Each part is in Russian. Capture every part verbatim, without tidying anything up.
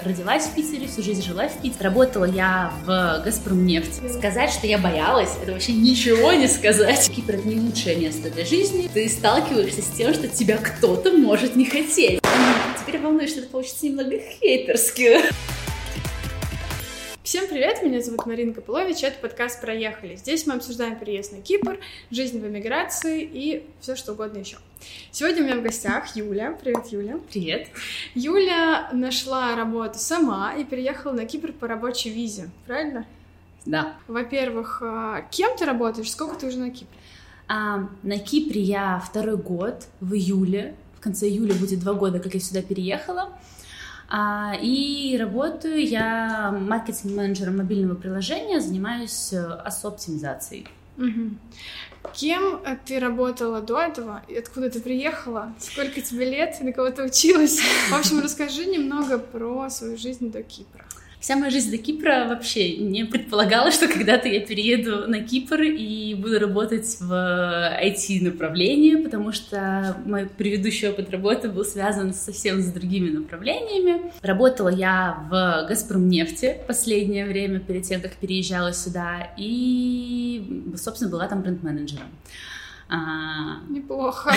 Родилась в Питере, всю жизнь жила в Питере. Работала я в «Газпромнефти». Сказать, что я боялась, это вообще ничего не сказать. Кипр — это не лучшее место для жизни. Ты сталкиваешься с тем, что тебя кто-то может не хотеть. Теперь волнуюсь, что это получится немного хейтерски. Всем привет, меня зовут Марина Копылович, это подкаст «Проехали». Здесь мы обсуждаем переезд на Кипр, жизнь в эмиграции и все что угодно еще. Сегодня у меня в гостях Юля. Привет, Юля. Привет. Юля нашла работу сама и переехала на Кипр по рабочей визе, правильно? Да. Во-первых, кем ты работаешь, сколько ты уже на Кипре? А, на Кипре я второй год, в июле. В конце июля будет два года, как я сюда переехала. А, и работаю я маркетинг-менеджером мобильного приложения, занимаюсь ас-оптимизацией. Угу. Кем ты работала до этого? И откуда ты приехала? Сколько тебе лет? На кого ты училась? В общем, расскажи немного про свою жизнь до Кипра. Вся моя жизнь до Кипра вообще не предполагала, что когда-то я перееду на Кипр и буду работать в ай ти-направлении, потому что мой предыдущий опыт работы был связан совсем с другими направлениями. Работала я в «Газпромнефти» последнее время, перед тем, как переезжала сюда, и, собственно, была там бренд-менеджером. Неплохо.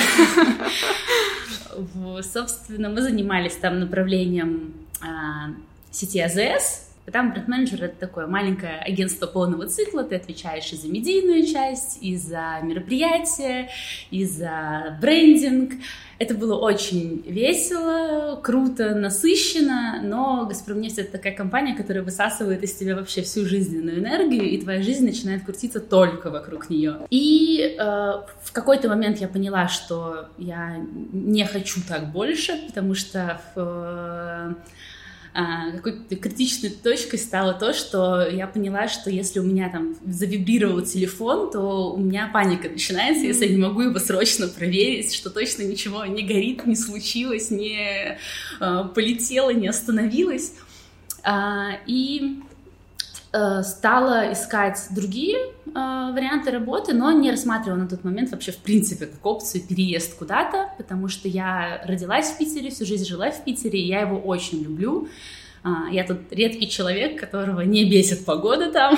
Собственно, мы занимались там направлением сети эй зэ эс. Там бренд-менеджер — это такое маленькое агентство полного цикла, ты отвечаешь и за медийную часть, и за мероприятия, и за брендинг. Это было очень весело, круто, насыщенно, но «Газпромнефть» — это такая компания, которая высасывает из тебя вообще всю жизненную энергию, и твоя жизнь начинает крутиться только вокруг нее. И э, в какой-то момент я поняла, что я не хочу так больше, потому что в... какой-то критичной точкой стало то, что я поняла, что если у меня там завибрировал телефон, то у меня паника начинается, если я не могу его срочно проверить, что точно ничего не горит, не случилось, не а, полетело, не остановилось. А, и а, стала искать другие а, варианты работы, но не рассматривала на тот момент вообще в принципе как опцию переезд куда-то, потому что я родилась в Питере, всю жизнь жила в Питере, и я его очень люблю. А, я тут редкий человек, которого не бесит погода там,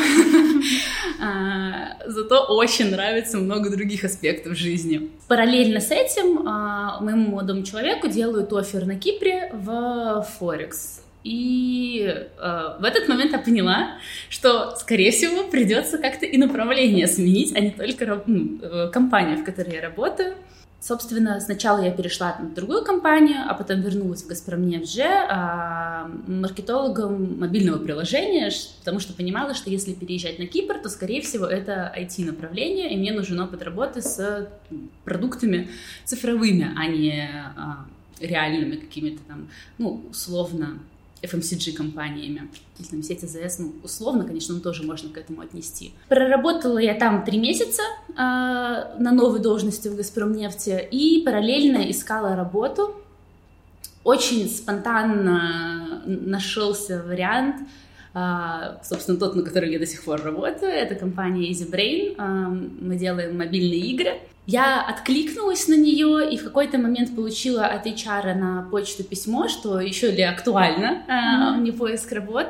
а, зато очень нравится много других аспектов жизни. Параллельно с этим а, моему молодому человеку делают оффер на Кипре в Форекс. И э, в этот момент я поняла, что, скорее всего, придется как-то и направление сменить, а не только ну, компанию, в которой я работаю. Собственно, сначала я перешла на другую компанию, а потом вернулась в «Газпромнефть» же э, маркетологом мобильного приложения, потому что понимала, что если переезжать на Кипр, то, скорее всего, это ай ти-направление, и мне нужен опыт работы с продуктами цифровыми, а не э, реальными какими-то там, ну, условно, эф эм си джи-компаниями. Если там сеть эй зэ эс, ну, условно, конечно, ну, тоже можно к этому отнести. Проработала я там три месяца э, на новой должности в «Газпромнефти» и параллельно искала работу. Очень спонтанно нашелся вариант, э, собственно, тот, на котором я до сих пор работаю. Это компания EasyBrain. Э, мы делаем мобильные игры. Я откликнулась на нее и в какой-то момент получила от эйч ар на почту письмо, что еще ли актуально mm-hmm. мне поиск работы.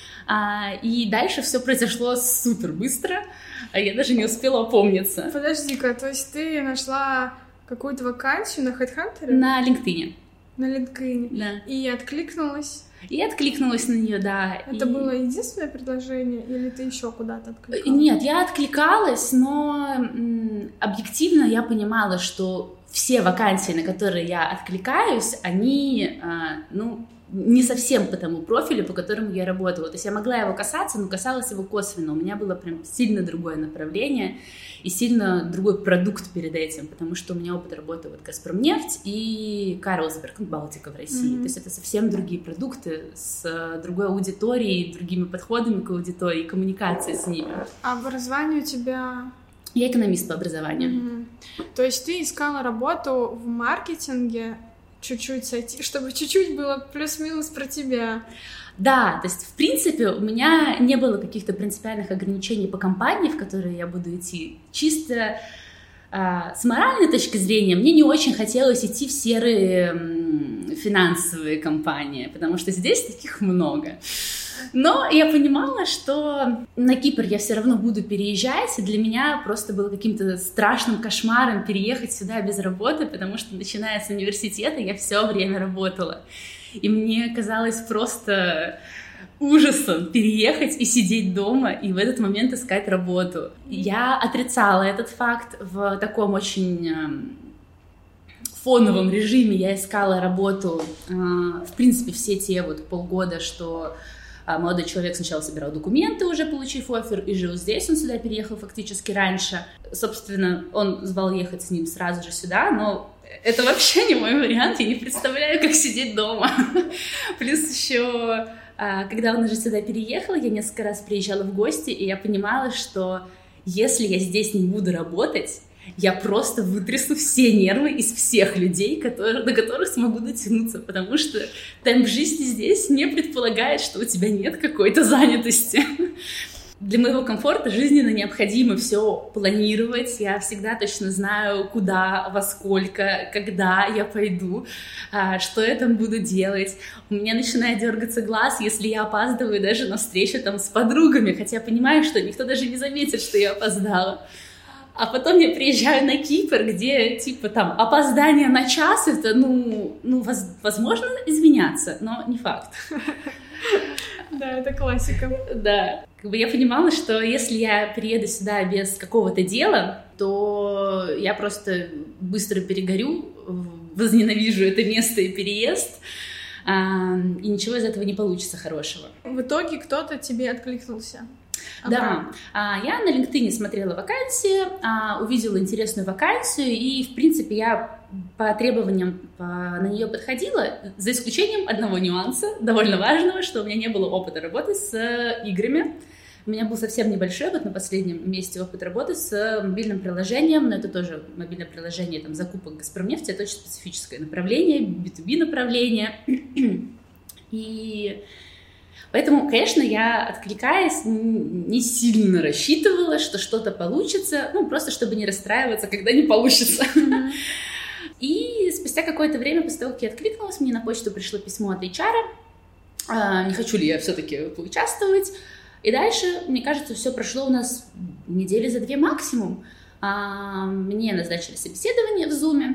И дальше все произошло супер быстро, я даже не успела опомниться. Подожди-ка, то есть ты нашла какую-то вакансию на HeadHunter? На LinkedIn. На LinkedIn. Да. И откликнулась? И откликнулась на нее, да. Это и... было единственное предложение, или ты еще куда-то откликалась? Нет, я откликалась, но м, объективно я понимала, что все вакансии, на которые я откликаюсь, они, а, ну, не совсем по тому профилю, по которому я работала. То есть я могла его касаться, но касалась его косвенно. У меня было прям сильно другое направление и сильно другой продукт перед этим, потому что у меня опыт работы вот «Газпромнефть» и Карлсберг, ну, Балтика в России. Mm-hmm. То есть это совсем другие продукты с другой аудиторией, другими подходами к аудитории, коммуникацией с ними. А образование у тебя... Я экономист по образованию. Mm-hmm. То есть ты искала работу в маркетинге, чуть-чуть сойти, чтобы чуть-чуть было плюс-минус про тебя. Да, то есть, в принципе, у меня не было каких-то принципиальных ограничений по компании, в которую я буду идти. Чисто А, с моральной точки зрения мне не очень хотелось идти в серые м, финансовые компании, потому что здесь таких много. Но я понимала, что на Кипр я все равно буду переезжать, и для меня просто было каким-то страшным кошмаром переехать сюда без работы, потому что, начиная с университета, я все время работала. И мне казалось просто ужасом переехать и сидеть дома, и в этот момент искать работу. Я отрицала этот факт в таком очень фоновом режиме. Я искала работу, в принципе, все те вот полгода, что молодой человек сначала собирал документы, уже получив оффер, и жил здесь. Он сюда переехал фактически раньше. Собственно, он звал ехать с ним сразу же сюда, но это вообще не мой вариант. Я не представляю, как сидеть дома. Плюс еще, когда он уже сюда переехал, я несколько раз приезжала в гости, и я понимала, что если я здесь не буду работать, я просто вытрясу все нервы из всех людей, которые, до которых смогу дотянуться, потому что темп жизни здесь не предполагает, что у тебя нет какой-то занятости. Для моего комфорта жизненно необходимо все планировать. Я всегда точно знаю, куда, во сколько, когда я пойду, что я там буду делать. У меня начинает дергаться глаз, если я опаздываю даже на встречу там с подругами, хотя я понимаю, что никто даже не заметит, что я опоздала. А потом я приезжаю на Кипр, где, типа, там, опоздание на час, это, ну, ну воз, возможно извиняться, но не факт. Да, это классика. Да. Как бы я понимала, что если я приеду сюда без какого-то дела, то я просто быстро перегорю, возненавижу это место и переезд, и ничего из этого не получится хорошего. В итоге кто-то тебе откликнулся? Да, ага. Я на LinkedIn смотрела вакансии, увидела интересную вакансию, и, в принципе, я по требованиям на нее подходила, за исключением одного нюанса, довольно важного, что у меня не было опыта работы с играми. У меня был совсем небольшой опыт на последнем месте опыт работы с мобильным приложением, но это тоже мобильное приложение там, закупок Газпромнефти, это очень специфическое направление, би ту би направление. И поэтому, конечно, я, откликаясь, не сильно рассчитывала, что что-то получится, ну, просто чтобы не расстраиваться, когда не получится. Mm-hmm. И спустя какое-то время, после того, как я откликнулась, мне на почту пришло письмо от эйч ар, не хочу ли я все-таки поучаствовать. И дальше, мне кажется, все прошло у нас недели за две максимум. Мне назначили собеседование в Zoom.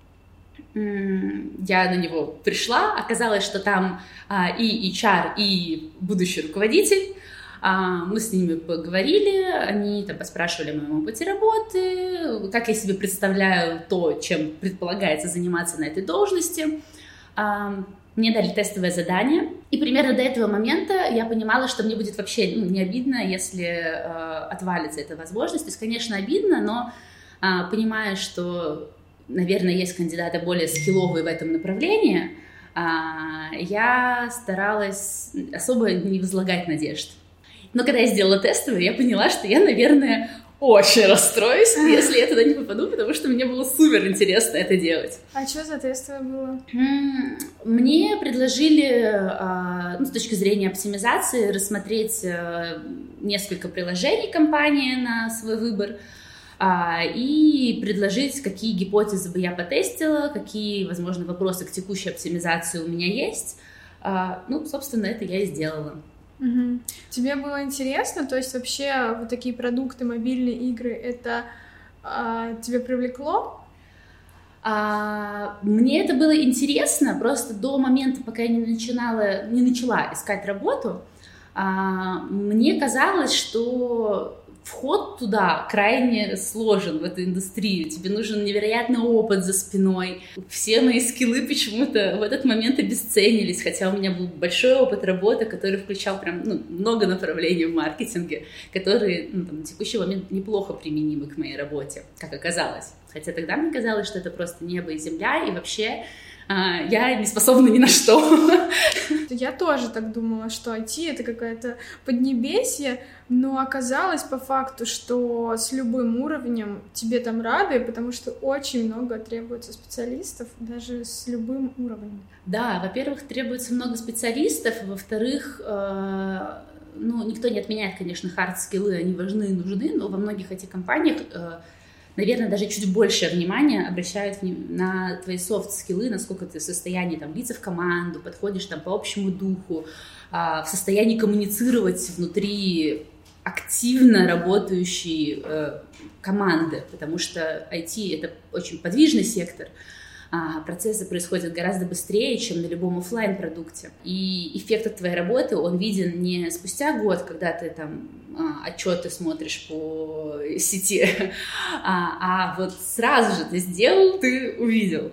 Я на него пришла, оказалось, что там а, и эйч ар, и будущий руководитель. А, мы с ними поговорили, они там поспрашивали о моем опыте работы, как я себе представляю то, чем предполагается заниматься на этой должности. А, мне дали тестовое задание, и примерно до этого момента я понимала, что мне будет вообще ну, не обидно, если а, отвалится эта возможность. То есть, конечно, обидно, но а, понимая, что наверное, есть кандидаты более скилловые в этом направлении, я старалась особо не возлагать надежд. Но когда я сделала тестовое, я поняла, что я, наверное, очень расстроюсь, если я туда не попаду, потому что мне было супер интересно это делать. А что за тестовое было? Мне предложили, ну, с точки зрения оптимизации, рассмотреть несколько приложений компании на свой выбор, и предложить, какие гипотезы бы я потестила, какие, возможно, вопросы к текущей оптимизации у меня есть. Ну, собственно, это я и сделала. Угу. Тебе было интересно? То есть вообще вот такие продукты, мобильные игры, это а, тебя привлекло? А, мне это было интересно, просто до момента, пока я не начинала, не начала искать работу, а, мне казалось, что вход туда крайне сложен, в эту индустрию. Тебе нужен невероятный опыт за спиной. Все мои скиллы почему-то в этот момент обесценились, хотя у меня был большой опыт работы, который включал прям ну, много направлений в маркетинге, которые ну, там, на текущий момент неплохо применимы к моей работе, как оказалось. Хотя тогда мне казалось, что это просто небо и земля, и вообще а, я не способна ни на что. Я тоже так думала, что ай ти — это какая-то поднебесье, но оказалось по факту, что с любым уровнем тебе там рады, потому что очень много требуется специалистов, даже с любым уровнем. Да, во-первых, требуется много специалистов, во-вторых, э, ну, никто не отменяет, конечно, хард-скиллы, они важны и нужны, но во многих этих компаниях э, наверное, даже чуть больше внимания обращают на твои софт-скиллы, насколько ты в состоянии там влиться в команду, подходишь там по общему духу, в состоянии коммуницировать внутри активно работающей команды, потому что ай ти — это очень подвижный сектор, процессы происходят гораздо быстрее, чем на любом офлайн-продукте. И эффект от твоей работы, он виден не спустя год, когда ты там отчеты смотришь по сети, а, а вот сразу же ты сделал, ты увидел.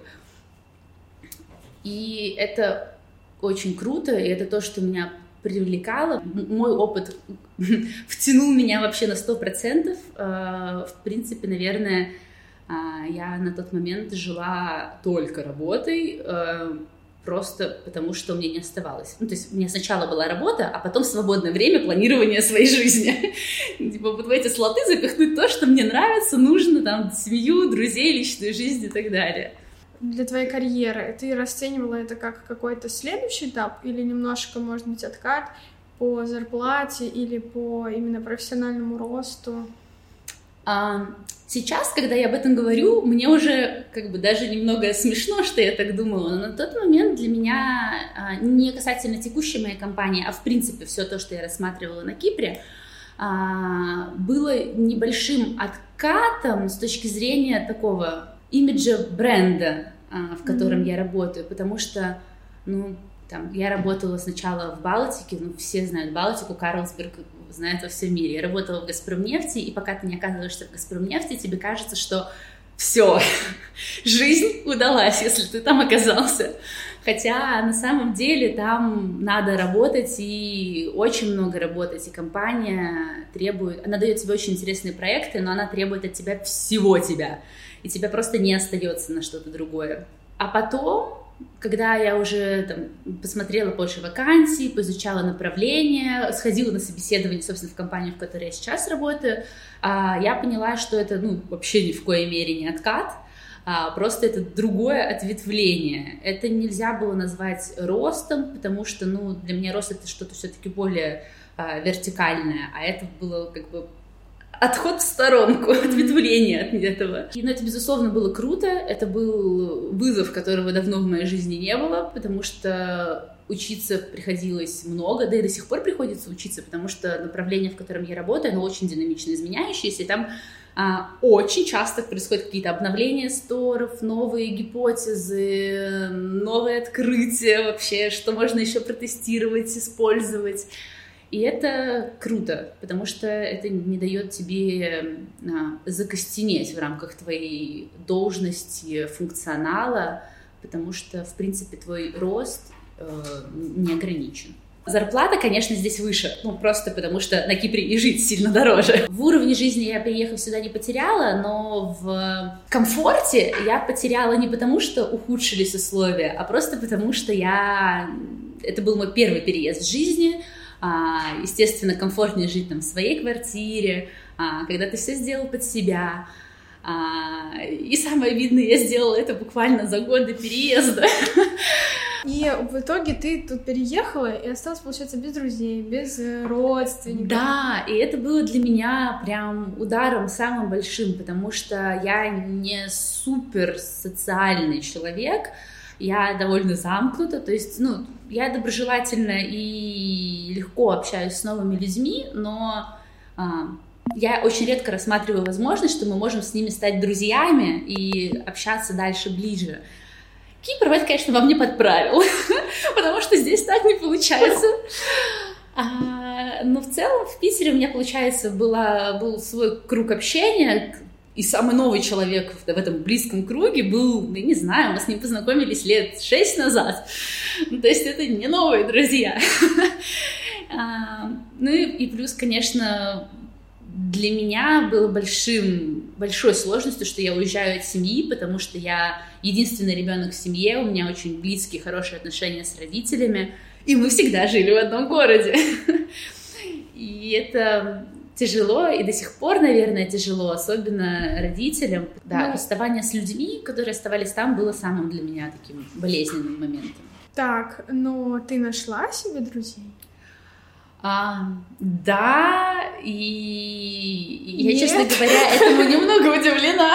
И это очень круто, и это то, что меня привлекало. Мой опыт втянул меня вообще на сто процентов. В принципе, наверное, я на тот момент жила только работой, просто потому что у меня не оставалось. Ну, то есть у меня сначала была работа, а потом свободное время, планирование своей жизни. Типа вот в эти слоты запихнуть то, что мне нравится, нужно, там, семью, друзей, личную жизнь и так далее. Для твоей карьеры ты расценивала это как какой-то следующий этап или немножко, может быть, откат по зарплате или по именно профессиональному росту? А, сейчас, когда я об этом говорю, мне уже как бы даже немного смешно, что я так думала, но на тот момент для меня, а, не касательно текущей моей компании, а в принципе все то, что я рассматривала на Кипре, а, было небольшим откатом с точки зрения такого имиджа бренда, а, в котором mm-hmm. я работаю, потому что, ну, там, я работала сначала в Балтике, ну, все знают Балтику, Карлсберг знают во всем мире. Я работала в Газпромнефти, и пока ты не оказываешься в Газпромнефти, тебе кажется, что все, жизнь удалась, если ты там оказался. Хотя на самом деле там надо работать, и очень много работать, и компания требует, она дает тебе очень интересные проекты, но она требует от тебя всего тебя, и тебя просто не остается на что-то другое. А потом, когда я уже там посмотрела больше вакансий, поизучала направления, сходила на собеседование, собственно, в компанию, в которой я сейчас работаю, я поняла, что это, ну, вообще ни в коей мере не откат, просто это другое ответвление. Это нельзя было назвать ростом, потому что, ну, для меня рост — это что-то все-таки более вертикальное, а это было как бы отход в сторонку, ответвление от этого. И, ну, это, безусловно, было круто. Это был вызов, которого давно в моей жизни не было, потому что учиться приходилось много, да и до сих пор приходится учиться, потому что направление, в котором я работаю, оно очень динамично изменяющееся, и там а, очень часто происходят какие-то обновления сторов, новые гипотезы, новые открытия вообще, что можно еще протестировать, использовать. И это круто, потому что это не дает тебе а, закостенеть в рамках твоей должности, функционала, потому что, в принципе, твой рост э, не ограничен. Зарплата, конечно, здесь выше, ну, просто потому что на Кипре и жить сильно дороже. В уровне жизни я, приехав сюда, не потеряла, но в комфорте я потеряла не потому, что ухудшились условия, а просто потому, что я... Это был мой первый переезд в жизни. Естественно, комфортнее жить там в своей квартире, когда ты все сделал под себя. И самое видное, я сделала это буквально за год до переезда. И в итоге ты тут переехала и осталась, получается, без друзей, без родственников. Да, и это было для меня прям ударом самым большим, потому что я не супер социальный человек, я довольно замкнута, то есть, ну, я доброжелательна и легко общаюсь с новыми людьми, но а, я очень редко рассматриваю возможность, что мы можем с ними стать друзьями и общаться дальше, ближе. Кипр, это, конечно, во мне подправил, потому что здесь так не получается. А, но в целом в Питере у меня, получается, была, был свой круг общения. И самый новый человек в этом близком круге был, я не знаю, мы с ним познакомились лет шесть назад. Ну, то есть это не новые друзья. Ну и плюс, конечно, для меня было большим, большой сложностью, что я уезжаю от семьи, потому что я единственный ребенок в семье, у меня очень близкие, хорошие отношения с родителями, и мы всегда жили в одном городе. И это... тяжело, и до сих пор, наверное, тяжело, особенно родителям. Да, ну, расставание с людьми, которые оставались там, было самым для меня таким болезненным моментом. Так, но ты нашла себе друзей? А, да, и, и я, честно говоря, этому немного удивлена.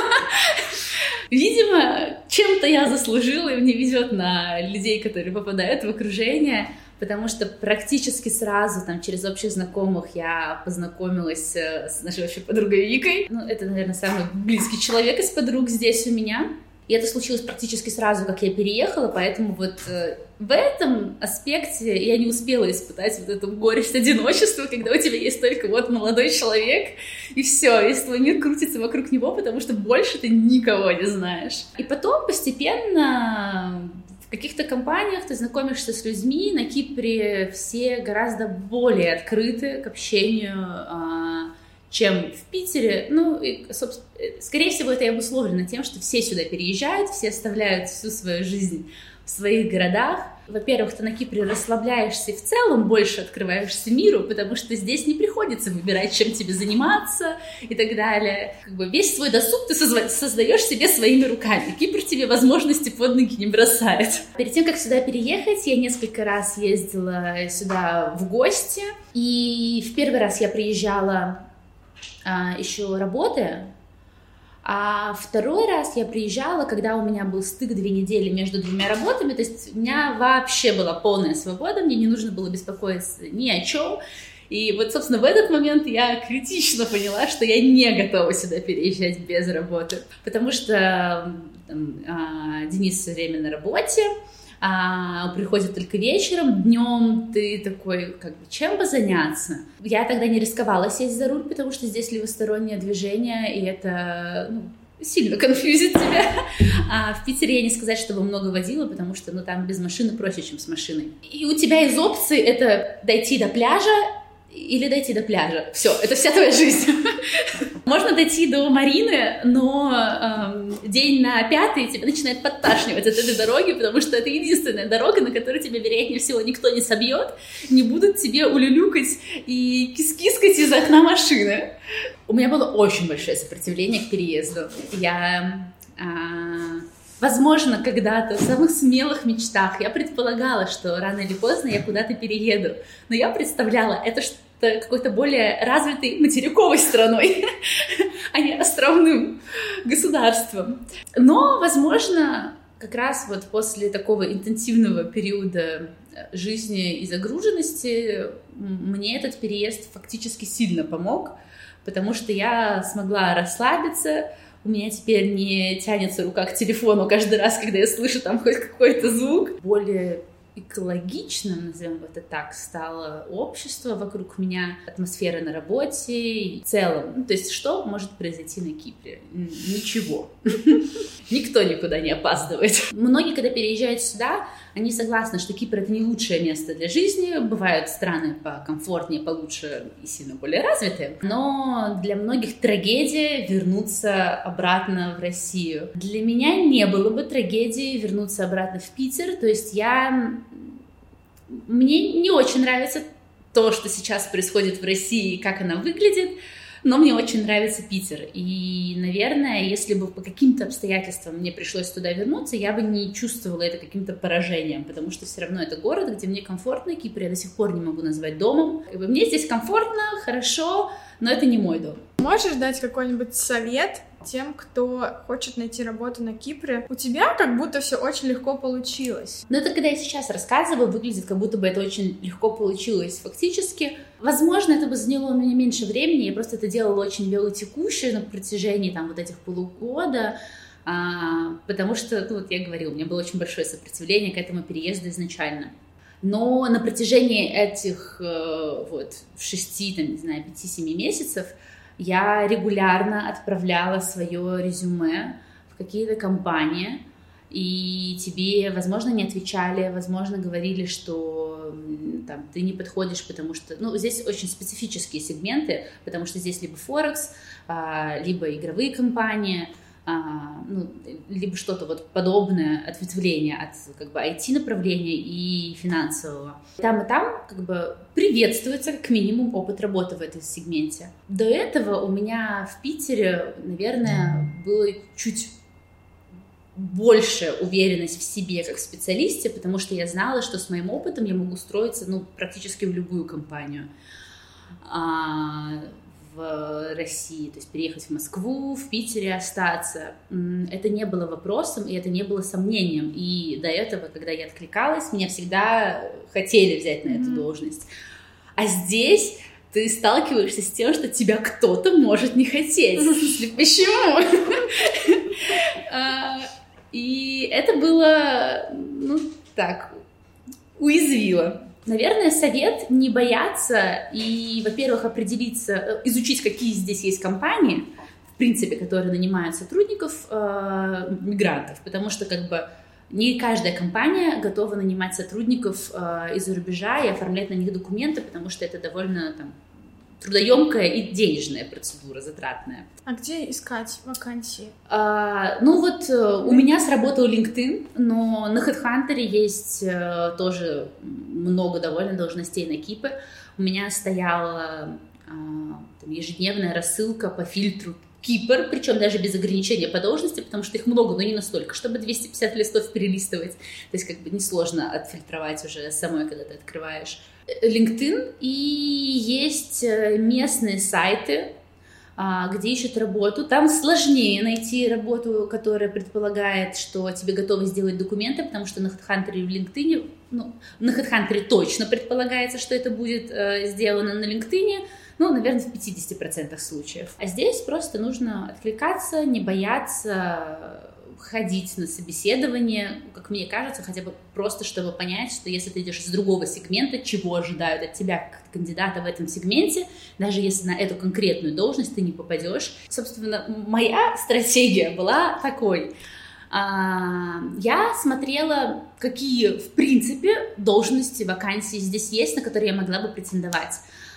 Видимо, чем-то я заслужила, и мне везет на людей, которые попадают в окружение, потому что практически сразу, там, через общих знакомых я познакомилась с нашей общей подругой Викой. Ну, это, наверное, самый близкий человек из подруг здесь у меня. И это случилось практически сразу, как я переехала, поэтому вот э, в этом аспекте я не успела испытать вот эту горечь одиночества, когда у тебя есть только вот молодой человек, и все, весь твой мир крутится вокруг него, потому что больше ты никого не знаешь. И потом постепенно в каких-то компаниях ты знакомишься с людьми, на Кипре все гораздо более открыты к общению, чем в Питере. Ну, и, собственно, скорее всего, это и обусловлено тем, что все сюда переезжают, все оставляют всю свою жизнь в своих городах. Во-первых, ты на Кипре расслабляешься и в целом больше открываешься миру, потому что здесь не приходится выбирать, чем тебе заниматься и так далее. Как бы весь свой досуг ты создаешь себе своими руками. Кипр тебе возможности под ноги не бросает. Перед тем, как сюда переехать, я несколько раз ездила сюда в гости. И в первый раз я приезжала а, еще работая, а второй раз я приезжала, когда у меня был стык две недели между двумя работами, то есть у меня вообще была полная свобода, мне не нужно было беспокоиться ни о чем. И вот, собственно, в этот момент я критично поняла, что я не готова сюда переезжать без работы, потому что там, а, Денис все время на работе, а, приходит только вечером, днем ты такой, как бы, чем бы заняться? Я тогда не рисковала сесть за руль, потому что здесь левостороннее движение, и это, ну, сильно конфьюзит тебя. А в Питере я не сказать, чтобы много водила, потому что, ну, там без машины проще, чем с машиной. И у тебя из опций это дойти до пляжа или дойти до пляжа. Все, это вся твоя жизнь. Можно дойти до Марины, но эм, день на пятый тебя начинает подташнивать от этой дороги, потому что это единственная дорога, на которой тебя, вероятнее всего, никто не собьет, не будут тебе улюлюкать и кис-кискать из окна машины. У меня было очень большое сопротивление к переезду. Я... Э, Возможно, когда-то в самых смелых мечтах я предполагала, что рано или поздно я куда-то перееду. Но я представляла это что-то какой-то более развитой материковой страной, а не островным государством. Но, возможно, как раз вот после такого интенсивного периода жизни и загруженности мне этот переезд фактически сильно помог, потому что я смогла расслабиться. У меня теперь не тянется рука к телефону каждый раз, когда я слышу там хоть какой-то звук. Более экологичным, назовем это так, стало общество вокруг меня, атмосфера на работе и в целом. Ну, то есть что может произойти на Кипре? Ничего. Никто никуда не опаздывает. Многие, когда переезжают сюда, они согласны, что Кипр — это не лучшее место для жизни. Бывают страны покомфортнее, получше и сильно более развитые. Но для многих трагедия вернуться обратно в Россию. Для меня не было бы трагедии вернуться обратно в Питер. То есть я... Мне не очень нравится то, что сейчас происходит в России, как она выглядит, но мне очень нравится Питер. И, наверное, если бы по каким-то обстоятельствам мне пришлось туда вернуться, я бы не чувствовала это каким-то поражением, потому что все равно это город, где мне комфортно. Кипр я до сих пор не могу назвать домом. Как бы мне здесь комфортно, хорошо, но это не мой дом. Можешь дать какой-нибудь совет тем, кто хочет найти работу на Кипре? У тебя как будто все очень легко получилось. Но это когда я сейчас рассказываю, выглядит, как будто бы это очень легко получилось фактически. Возможно, это бы заняло у меня меньше времени, я просто это делала очень велотекуще на протяжении там вот этих полугода, а, потому что, ну вот я говорила, у меня было очень большое сопротивление к этому переезду изначально. Но на протяжении этих вот шести, там, не знаю, пяти-семи месяцев я регулярно отправляла свое резюме в какие-то компании, и тебе, возможно, не отвечали, возможно, говорили, что там, ты не подходишь, потому что... Ну, здесь очень специфические сегменты, потому что здесь либо Форекс, либо игровые компании, ну, либо что-то вот подобное, ответвление от как бы ай ти-направления и финансового. Там и там как бы приветствуется как минимум опыт работы в этом сегменте. До этого у меня в Питере, наверное, было чуть больше уверенность в себе как в специалисте, потому что я знала, что с моим опытом я могу устроиться, ну, практически в любую компанию а, в России, то есть переехать в Москву, в Питере остаться. Это не было вопросом, и это не было сомнением. И до этого, когда я откликалась, меня всегда хотели взять на mm-hmm. эту должность. А здесь ты сталкиваешься с тем, что тебя кто-то может не хотеть. Почему? И это было, ну, так, уязвило. Наверное, совет не бояться и, во-первых, определиться, изучить, какие здесь есть компании, в принципе, которые нанимают сотрудников, э, мигрантов, потому что, как бы, не каждая компания готова нанимать сотрудников э, из-за рубежа и оформлять на них документы, потому что это довольно там трудоемкая и денежная процедура, затратная. А где искать вакансии? А, ну вот у меня сработал LinkedIn, но на HeadHunter есть а, тоже много довольно должностей на Кипр. У меня стояла а, там, ежедневная рассылка по фильтру Кипр, причем даже без ограничения по должности, потому что их много, но не настолько, чтобы двести пятьдесят листов перелистывать. То есть как бы несложно отфильтровать уже самой, когда ты открываешь LinkedIn. И есть местные сайты, где ищут работу. Там сложнее найти работу, которая предполагает, что тебе готовы сделать документы, потому что на HeadHunter и в LinkedIn, ну, на HeadHunter точно предполагается, что это будет э, сделано, на LinkedIn, ну, наверное, в пятьдесят процентов случаев. А здесь просто нужно откликаться, не бояться ходить на собеседование, как мне кажется, хотя бы просто, чтобы понять, что если ты идешь из другого сегмента, чего ожидают от тебя как кандидата в этом сегменте, даже если на эту конкретную должность ты не попадешь. Собственно, моя стратегия была такой. Я смотрела, какие, в принципе, должности, вакансии здесь есть, на которые я могла бы претендовать.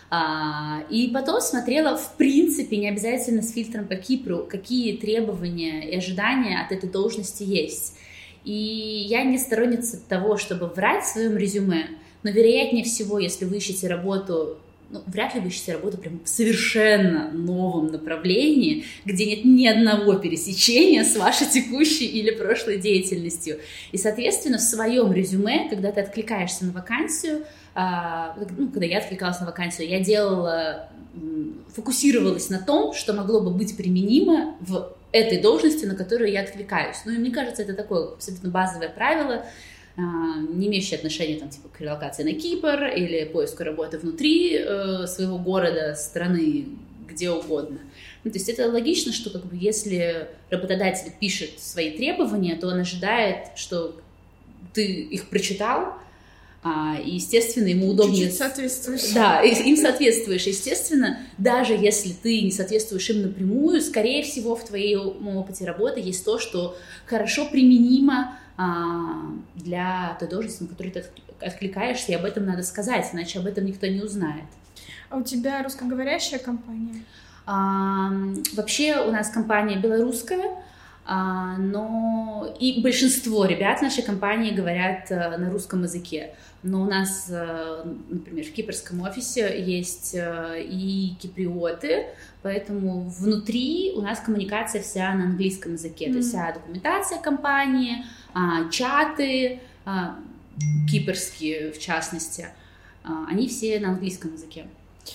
И потом смотрела, в принципе, не обязательно с фильтром по Кипру, какие требования и ожидания от этой должности есть. И я не сторонница того, чтобы врать в своем резюме, но вероятнее всего, если вы ищете работу, ну, вряд ли вы ищете работу прям в совершенно новом направлении, где нет ни одного пересечения с вашей текущей или прошлой деятельностью. И, соответственно, в своем резюме, когда ты откликаешься на вакансию, ну, когда я откликалась на вакансию, я делала, фокусировалась на том, что могло бы быть применимо в этой должности, на которую я откликаюсь. Ну, и мне кажется, это такое абсолютно базовое правило, не имеющее отношения там, типа, к релокации на Кипр или поиску работы внутри э, своего города, страны, где угодно. Ну, то есть это логично, что как бы, если работодатель пишет свои требования, то он ожидает, что ты их прочитал, А, и, естественно, ему удобнее... Чуть-чуть соответствуешь. Да, им соответствуешь. Естественно, даже если ты не соответствуешь им напрямую, скорее всего, в твоем опыте работы есть то, что хорошо применимо а, для той должности, на которую ты откликаешься, и об этом надо сказать, иначе об этом никто не узнает. А у тебя русскоговорящая компания? А, вообще у нас компания белорусская, а, но и большинство ребят в нашей компании говорят а, на русском языке. Но у нас, например, в кипрском офисе есть и киприоты, поэтому внутри у нас коммуникация вся на английском языке. Mm-hmm. То есть вся документация компании, чаты, кипрские в частности, они все на английском языке.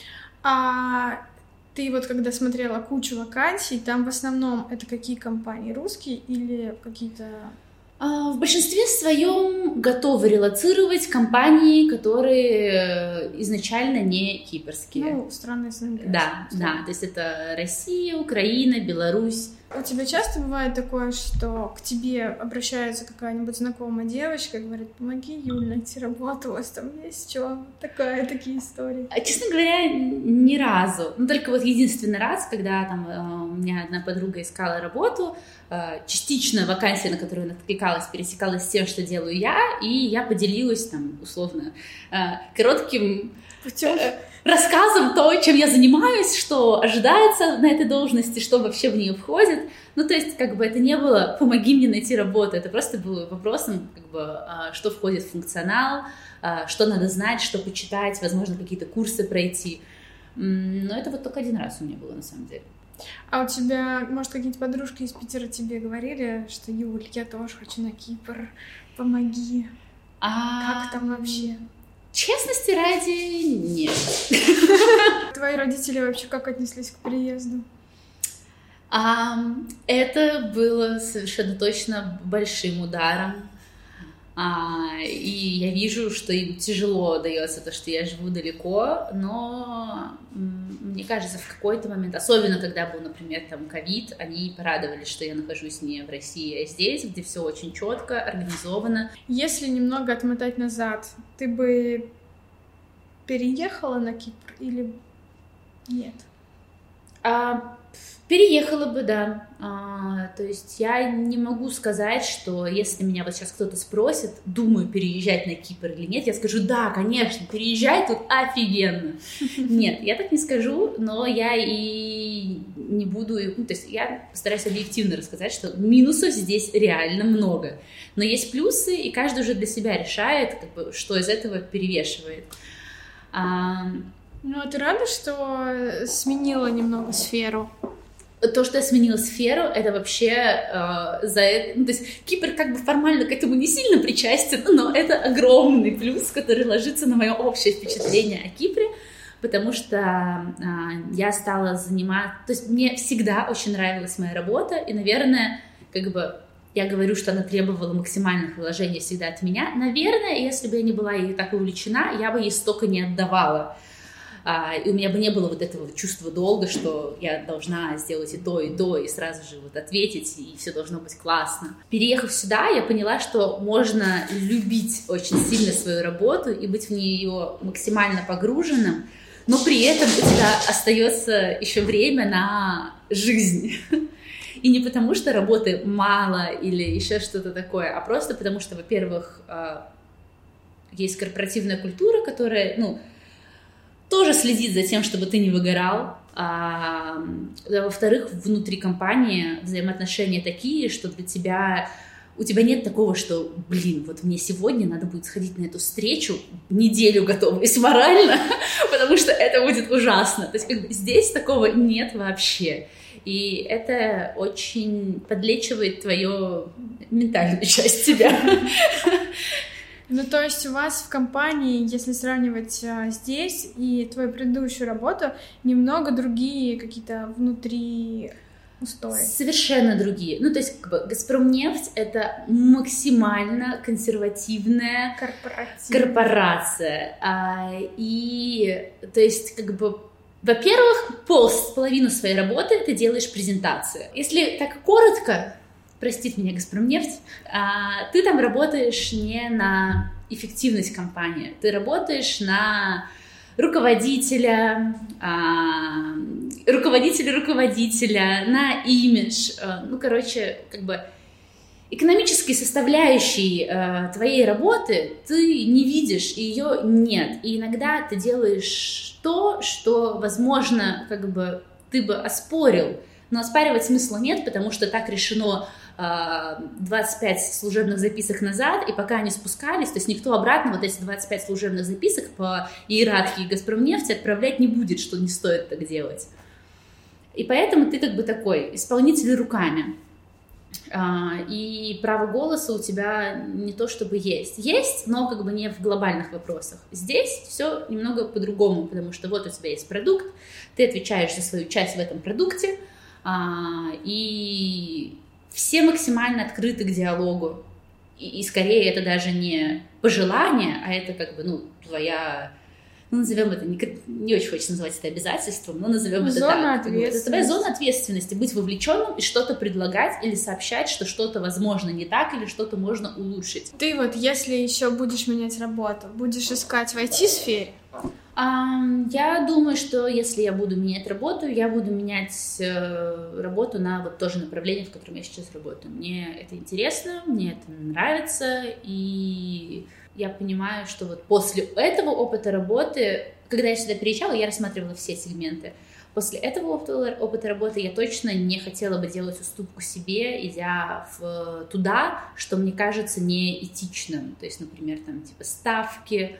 А ты вот когда смотрела кучу вакансий, там в основном это какие компании? Русские или какие-то... В большинстве своем готовы релоцировать компании, которые изначально не кипрские. Ну, страны СНГ. Да, да, то есть это Россия, Украина, Беларусь. У тебя часто бывает такое, что к тебе обращается какая-нибудь знакомая девочка и говорит: помоги, Юль, найти работу, у вас там есть что? Такая, такие истории. Честно говоря, ни разу. Ну, только вот единственный раз, когда там у меня одна подруга искала работу, частично вакансия, на которую она откликалась, пересекалась с тем, что делаю я, и я поделилась там, условно, коротким путем рассказом то, чем я занимаюсь, что ожидается на этой должности, что вообще в нее входит. Ну, то есть, как бы это не было «помоги мне найти работу», это просто было вопросом, как бы, что входит в функционал, что надо знать, что почитать, возможно, какие-то курсы пройти. Но это вот только один раз у меня было, на самом деле. А у тебя, может, какие-то подружки из Питера тебе говорили, что Юль, я тоже хочу на Кипр, помоги. А... Как там вообще? Честности ради, нет. Твои родители вообще как отнеслись к переезду? А, это было совершенно точно большим ударом. А, и я вижу, что им тяжело дается то, что я живу далеко, но мне кажется, в какой-то момент, особенно когда был, например, там ковид, они порадовались, что я нахожусь не в России, а здесь, где все очень четко, организовано. Если немного отмотать назад, ты бы переехала на Кипр или нет? А, переехала бы, да. А, то есть я не могу сказать, что если меня вот сейчас кто-то спросит, думаю, переезжать на Кипр или нет, я скажу, да, конечно, переезжай, тут офигенно. Нет, я так не скажу, но я и не буду, ну, то есть я постараюсь объективно рассказать, что минусов здесь реально много. Но есть плюсы, и каждый уже для себя решает, как бы, что из этого перевешивает. А... Ну, а ты рада, что сменила немного сферу? То, что я сменила сферу, это вообще э, за это... Ну, то есть Кипр как бы формально к этому не сильно причастен, но это огромный плюс, который ложится на мое общее впечатление о Кипре, потому что э, я стала заниматься... То есть мне всегда очень нравилась моя работа, и, наверное, как бы я говорю, что она требовала максимальных вложений всегда от меня. Наверное, если бы я не была ей так увлечена, я бы ей столько не отдавала. А, и у меня бы не было вот этого чувства долга, что я должна сделать и то, и то, и сразу же вот ответить, и все должно быть классно. Переехав сюда, я поняла, что можно любить очень сильно свою работу и быть в нее максимально погруженным, но при этом у тебя остается еще время на жизнь. И не потому, что работы мало или еще что-то такое, а просто потому, что, во-первых, есть корпоративная культура, которая, ну, тоже следит за тем, чтобы ты не выгорал. А, во-вторых, внутри компании взаимоотношения такие, что для тебя... У тебя нет такого, что, блин, вот мне сегодня надо будет сходить на эту встречу, неделю готовлюсь морально, потому что это будет ужасно. То есть как бы здесь такого нет вообще. И это очень подлечивает твою ментальную часть тебя. Ну, то есть у вас в компании, если сравнивать а, здесь и твою предыдущую работу, немного другие какие-то внутри устои? Совершенно другие. Ну, то есть как бы Газпромнефть — это максимально консервативная корпорация. А, и, то есть, как бы, во-первых, пол, половину своей работы ты делаешь презентации. Если так коротко, простит меня Газпромнефть, а, ты там работаешь не на эффективность компании, ты работаешь на руководителя, а, руководителя руководителя, на имидж, а, ну, короче, как бы экономической составляющей а, твоей работы ты не видишь, и ее нет, и иногда ты делаешь то, что, возможно, как бы ты бы оспорил, но оспаривать смысла нет, потому что так решено двадцать пять служебных записок назад, и пока они спускались, то есть никто обратно вот эти двадцать пять служебных записок по иерархии Газпромнефти отправлять не будет, что не стоит так делать. И поэтому ты как бы такой исполнитель руками. И право голоса у тебя не то чтобы есть. Есть, но как бы не в глобальных вопросах. Здесь все немного по-другому, потому что вот у тебя есть продукт, ты отвечаешь за свою часть в этом продукте, и все максимально открыты к диалогу. И, и скорее это даже не пожелание, а это как бы, ну, твоя, ну, назовем это, не, не очень хочется называть это обязательством, но назовем это зона так. Это твоя зона ответственности, быть вовлеченным и что-то предлагать или сообщать, что что-то, возможно, не так или что-то можно улучшить. Ты вот, если еще будешь менять работу, будешь искать в ай ти-сфере? Я думаю, что если я буду менять работу, я буду менять работу на вот то же направление, в котором я сейчас работаю. Мне это интересно, мне это нравится, и я понимаю, что вот после этого опыта работы, когда я сюда переезжала, я рассматривала все сегменты. После этого опыта, опыта работы я точно не хотела бы делать уступку себе, идя в, туда, что мне кажется неэтичным. То есть, например, там типа ставки,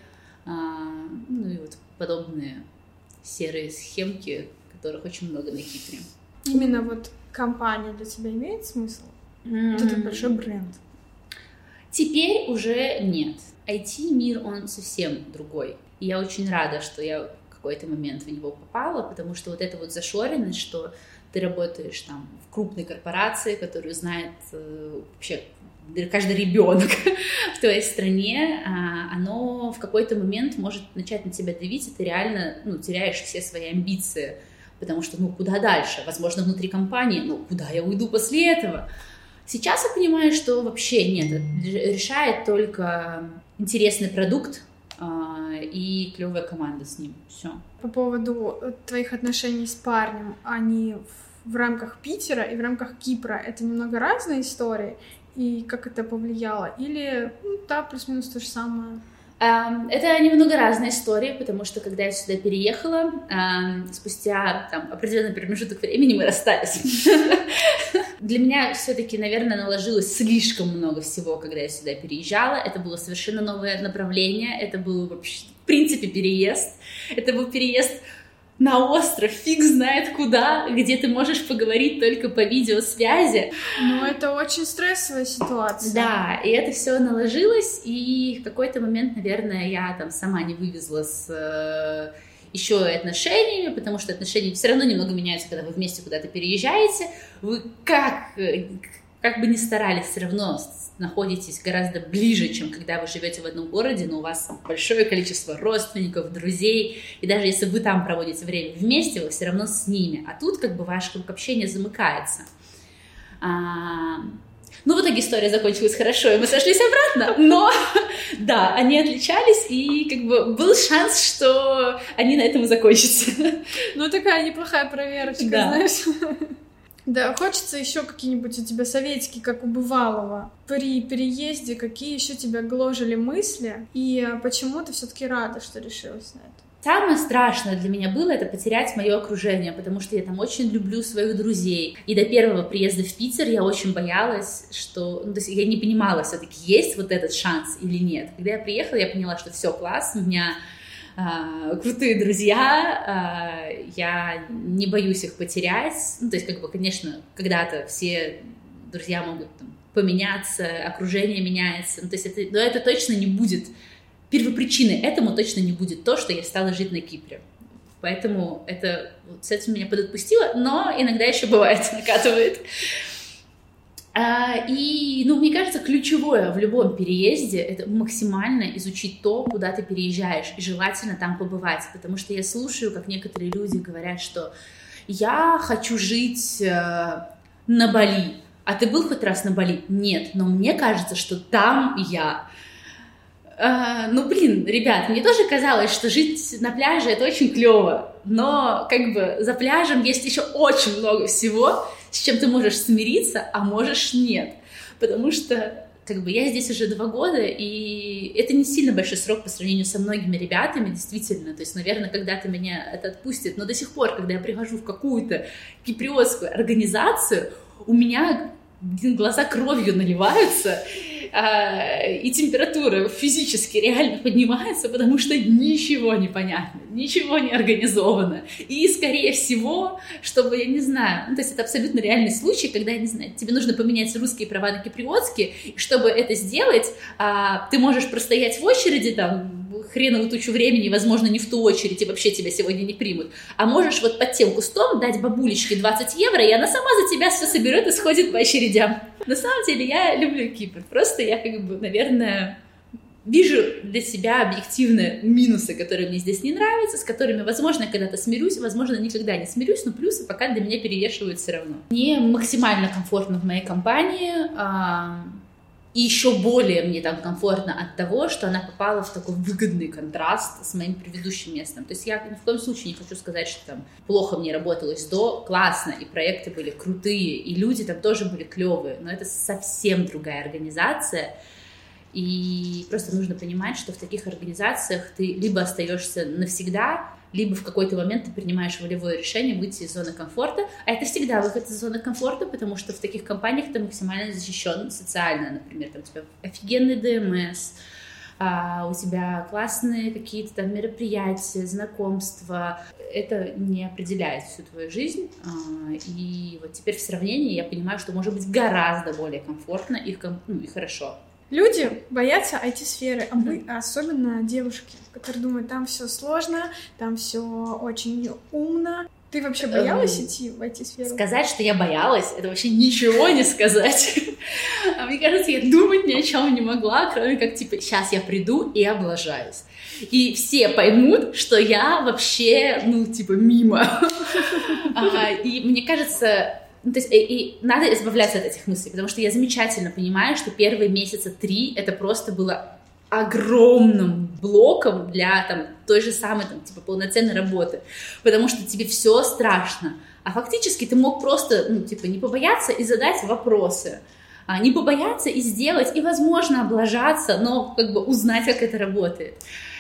ну и вот подобные серые схемки, которых очень много на Кипре. Именно вот компания для тебя имеет смысл? Mm-hmm. Вот это большой бренд. Теперь уже нет. ай ти-мир, он совсем другой. И я очень рада, что я в какой-то момент в него попала, потому что вот эта вот зашоренность, что ты работаешь там в крупной корпорации, которую знает э, вообще каждый ребенок в твоей стране, а, оно в какой-то момент может начать на тебя давить, и ты реально ну, теряешь все свои амбиции, потому что, ну, куда дальше? Возможно, внутри компании, ну, куда я уйду после этого? Сейчас я понимаю, что вообще нет, решает только интересный продукт а, и клевая команда с ним. Все. По поводу твоих отношений с парнем, они в, в рамках Питера и в рамках Кипра, это немного разные истории, и как это повлияло? Или, ну, да, плюс-минус то же самое? Это немного разная история, потому что когда я сюда переехала, спустя там, определенный промежуток времени мы расстались. Для меня все-таки, наверное, наложилось слишком много всего, когда я сюда переезжала. Это было совершенно новое направление, это был вообще, в принципе, переезд. Это был переезд на остров, фиг знает куда, где ты можешь поговорить только по видеосвязи. Ну, это очень стрессовая ситуация. Да, и это все наложилось, и в какой-то момент, наверное, я там сама не вывезла с э, еще и отношениями, потому что отношения все равно немного меняются, когда вы вместе куда-то переезжаете. Вы как, как бы ни старались, все равно находитесь гораздо ближе, чем когда вы живете в одном городе, но у вас большое количество родственников, друзей, и даже если вы там проводите время вместе, вы все равно с ними, а тут как бы ваше круг общения замыкается. А... Ну, в итоге история закончилась хорошо, и мы сошлись обратно, но да, они отличались, и как бы был шанс, что они на этом и закончатся. Ну, такая неплохая проверочка, да. Знаешь. Да, хочется еще какие-нибудь у тебя советики, как у бывалого. При переезде какие еще тебя гложили мысли, и почему ты все-таки рада, что решилась на это? Самое страшное для меня было это потерять мое окружение, потому что я там очень люблю своих друзей. И до первого приезда в Питер я очень боялась, что... Ну, то есть я не понимала, все-таки есть вот этот шанс или нет. Когда я приехала, я поняла, что все, класс, у меня а, крутые друзья, а, я не боюсь их потерять. Ну, то есть, как бы, конечно, когда-то все друзья могут там поменяться, окружение меняется. Ну, то есть это, но это точно не будет... Первопричиной этому точно не будет то, что я стала жить на Кипре. Поэтому это вот, с этим меня подотпустило, но иногда еще бывает, накатывает. А, и, ну, мне кажется, ключевое в любом переезде — это максимально изучить то, куда ты переезжаешь, и желательно там побывать, потому что я слушаю, как некоторые люди говорят, что я хочу жить э, на Бали. А ты был хоть раз на Бали? Нет, но мне кажется, что там я... Uh, ну, блин, ребят, мне тоже казалось, что жить на пляже — это очень клево, но как бы за пляжем есть еще очень много всего, с чем ты можешь смириться, а можешь нет, потому что как бы я здесь уже два года, и это не сильно большой срок по сравнению со многими ребятами, действительно, то есть, наверное, когда-то меня это отпустит, но до сих пор, когда я прихожу в какую-то киприотскую организацию, у меня, блин, глаза кровью наливаются, и температура физически реально поднимается, потому что ничего не понятно, ничего не организовано. И, скорее всего, чтобы, я не знаю, ну, то есть это абсолютно реальный случай, когда, я не знаю, тебе нужно поменять русские права на киприотские, и чтобы это сделать, ты можешь простоять в очереди, там, хреновую тучу времени, возможно, не в ту очередь, и вообще тебя сегодня не примут, а можешь вот под тем кустом дать бабулечке двадцать евро, и она сама за тебя все соберет и сходит по очередям. На самом деле я люблю Кипр, просто я как бы, наверное, вижу для себя объективные минусы, которые мне здесь не нравятся, с которыми, возможно, я когда-то смирюсь, возможно, никогда не смирюсь, но плюсы пока для меня перевешивают все равно. Мне максимально комфортно в моей компании, и еще более мне там комфортно от того, что она попала в такой выгодный контраст с моим предыдущим местом. То есть я ни в коем случае не хочу сказать, что там плохо мне работалось до, классно, и проекты были крутые, и люди там тоже были клевые, но это совсем другая организация, и просто нужно понимать, что в таких организациях ты либо остаешься навсегда, либо в какой-то момент ты принимаешь волевое решение выйти из зоны комфорта, а это всегда выход из зоны комфорта, потому что в таких компаниях ты максимально защищен социально, например, там у тебя офигенный ДМС, а, у тебя классные какие-то там мероприятия, знакомства. Это не определяет всю твою жизнь. А, и вот теперь в сравнении я понимаю, что может быть гораздо более комфортно и, ну, и хорошо. Люди боятся ай ти-сферы, а мы, особенно девушки, которые думают, там все сложно, там все очень умно. Ты вообще боялась идти в ай ти-сферу? Сказать, что я боялась, это вообще ничего не сказать. А мне кажется, я думать ни о чем не могла, кроме как, типа, сейчас я приду и облажаюсь. И все поймут, что я вообще, ну, типа, мимо. А, и мне кажется... Ну, то есть, и, и надо избавляться от этих мыслей, потому что я замечательно понимаю, что первые месяца три это просто было огромным блоком для там, той же самой там, типа, полноценной работы, потому что тебе все страшно, а фактически ты мог просто ну, типа, не побояться и задать вопросы, а не побояться и сделать, и, возможно, облажаться, но как бы узнать, как это работает.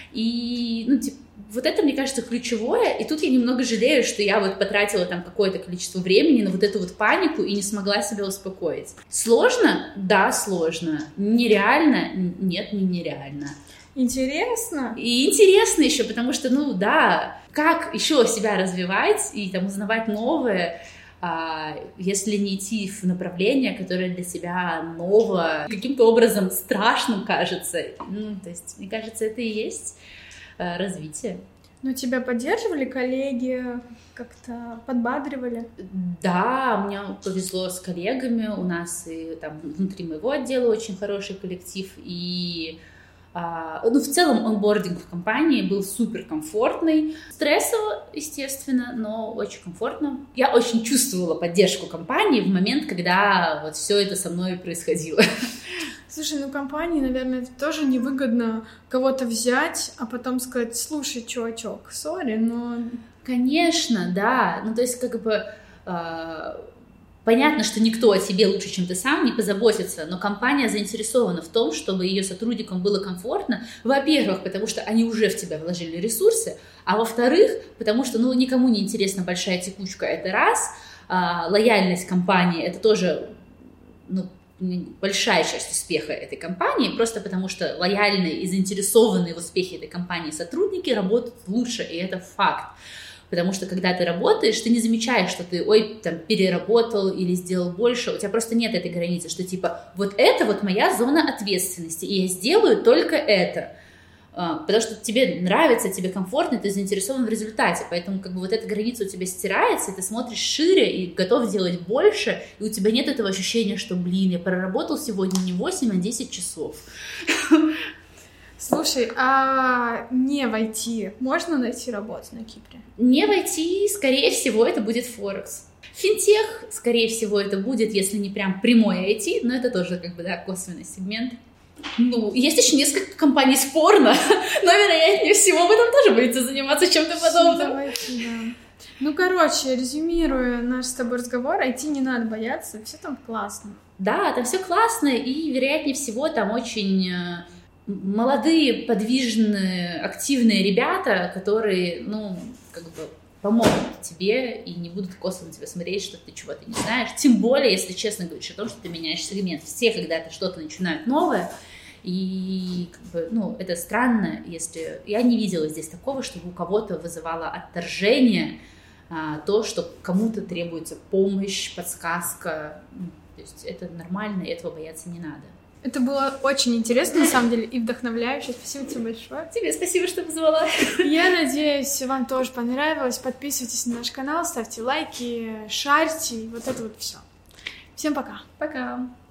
И, ну, типа, вот это, мне кажется, ключевое, и тут я немного жалею, что я вот потратила там какое-то количество времени на вот эту вот панику и не смогла себя успокоить. Сложно? Да, сложно. Нереально? Нет, не нереально. Интересно. И интересно еще, потому что, ну да, как еще себя развивать и там узнавать новое, а, если не идти в направление, которое для себя ново, каким-то образом страшным кажется. Ну, то есть, мне кажется, это и есть развитие. Ну, тебя поддерживали коллеги, как-то подбадривали? Да, мне повезло с коллегами, у нас и там внутри моего отдела очень хороший коллектив, и а, ну, в целом онбординг в компании был супер комфортный, стрессово, естественно, но очень комфортно. Я очень чувствовала поддержку компании в момент, когда вот все это со мной происходило. Слушай, ну компании, наверное, это тоже невыгодно кого-то взять, а потом сказать, слушай, чувачок, сори, но... Конечно, да, ну то есть как бы э, понятно, что никто о тебе лучше, чем ты сам, не позаботится, но компания заинтересована в том, чтобы ее сотрудникам было комфортно, во-первых, потому что они уже в тебя вложили ресурсы, а во-вторых, потому что, ну, никому не интересна большая текучка, это раз, э, лояльность компании, это тоже, ну, большая часть успеха этой компании, просто потому что лояльные и заинтересованные в успехе этой компании сотрудники работают лучше, и это факт. Потому что когда ты работаешь, ты не замечаешь, что ты, ой, там, переработал или сделал больше, у тебя просто нет этой границы, что типа, вот это вот моя зона ответственности, и я сделаю только это. Потому что тебе нравится, тебе комфортно, ты заинтересован в результате, поэтому как бы вот эта граница у тебя стирается, и ты смотришь шире и готов делать больше, и у тебя нет этого ощущения, что, блин, я проработал сегодня не восемь, а десять часов. Слушай, а не в ай ти можно найти работу на Кипре? Не в ай ти, скорее всего, это будет Форекс. Финтех, скорее всего, это будет, если не прям прямой ай ти, но это тоже как бы, да, косвенный сегмент. Ну, есть еще несколько компаний спорно, но, вероятнее всего, в этом тоже будете заниматься чем-то подобным. Давайте, да. Ну, короче, резюмируя наш с тобой разговор, ай ти не надо бояться, все там классно. Да, там все классно, и, вероятнее всего, там очень молодые, подвижные, активные ребята, которые, ну, как бы помогут тебе и не будут косо на тебя смотреть, что ты чего-то не знаешь. Тем более, если честно говоришь о том, что ты меняешь сегмент. Все когда-то что-то начинают новое, и как бы, ну, это странно, если... Я не видела здесь такого, чтобы у кого-то вызывало отторжение а, то, что кому-то требуется помощь, подсказка. То есть это нормально, и этого бояться не надо. Это было очень интересно, на самом деле, и вдохновляюще. Спасибо тебе большое. Тебе спасибо, что позвала. Я надеюсь, вам тоже понравилось. Подписывайтесь на наш канал, ставьте лайки, шарьте, вот это вот все. Всем пока. Пока.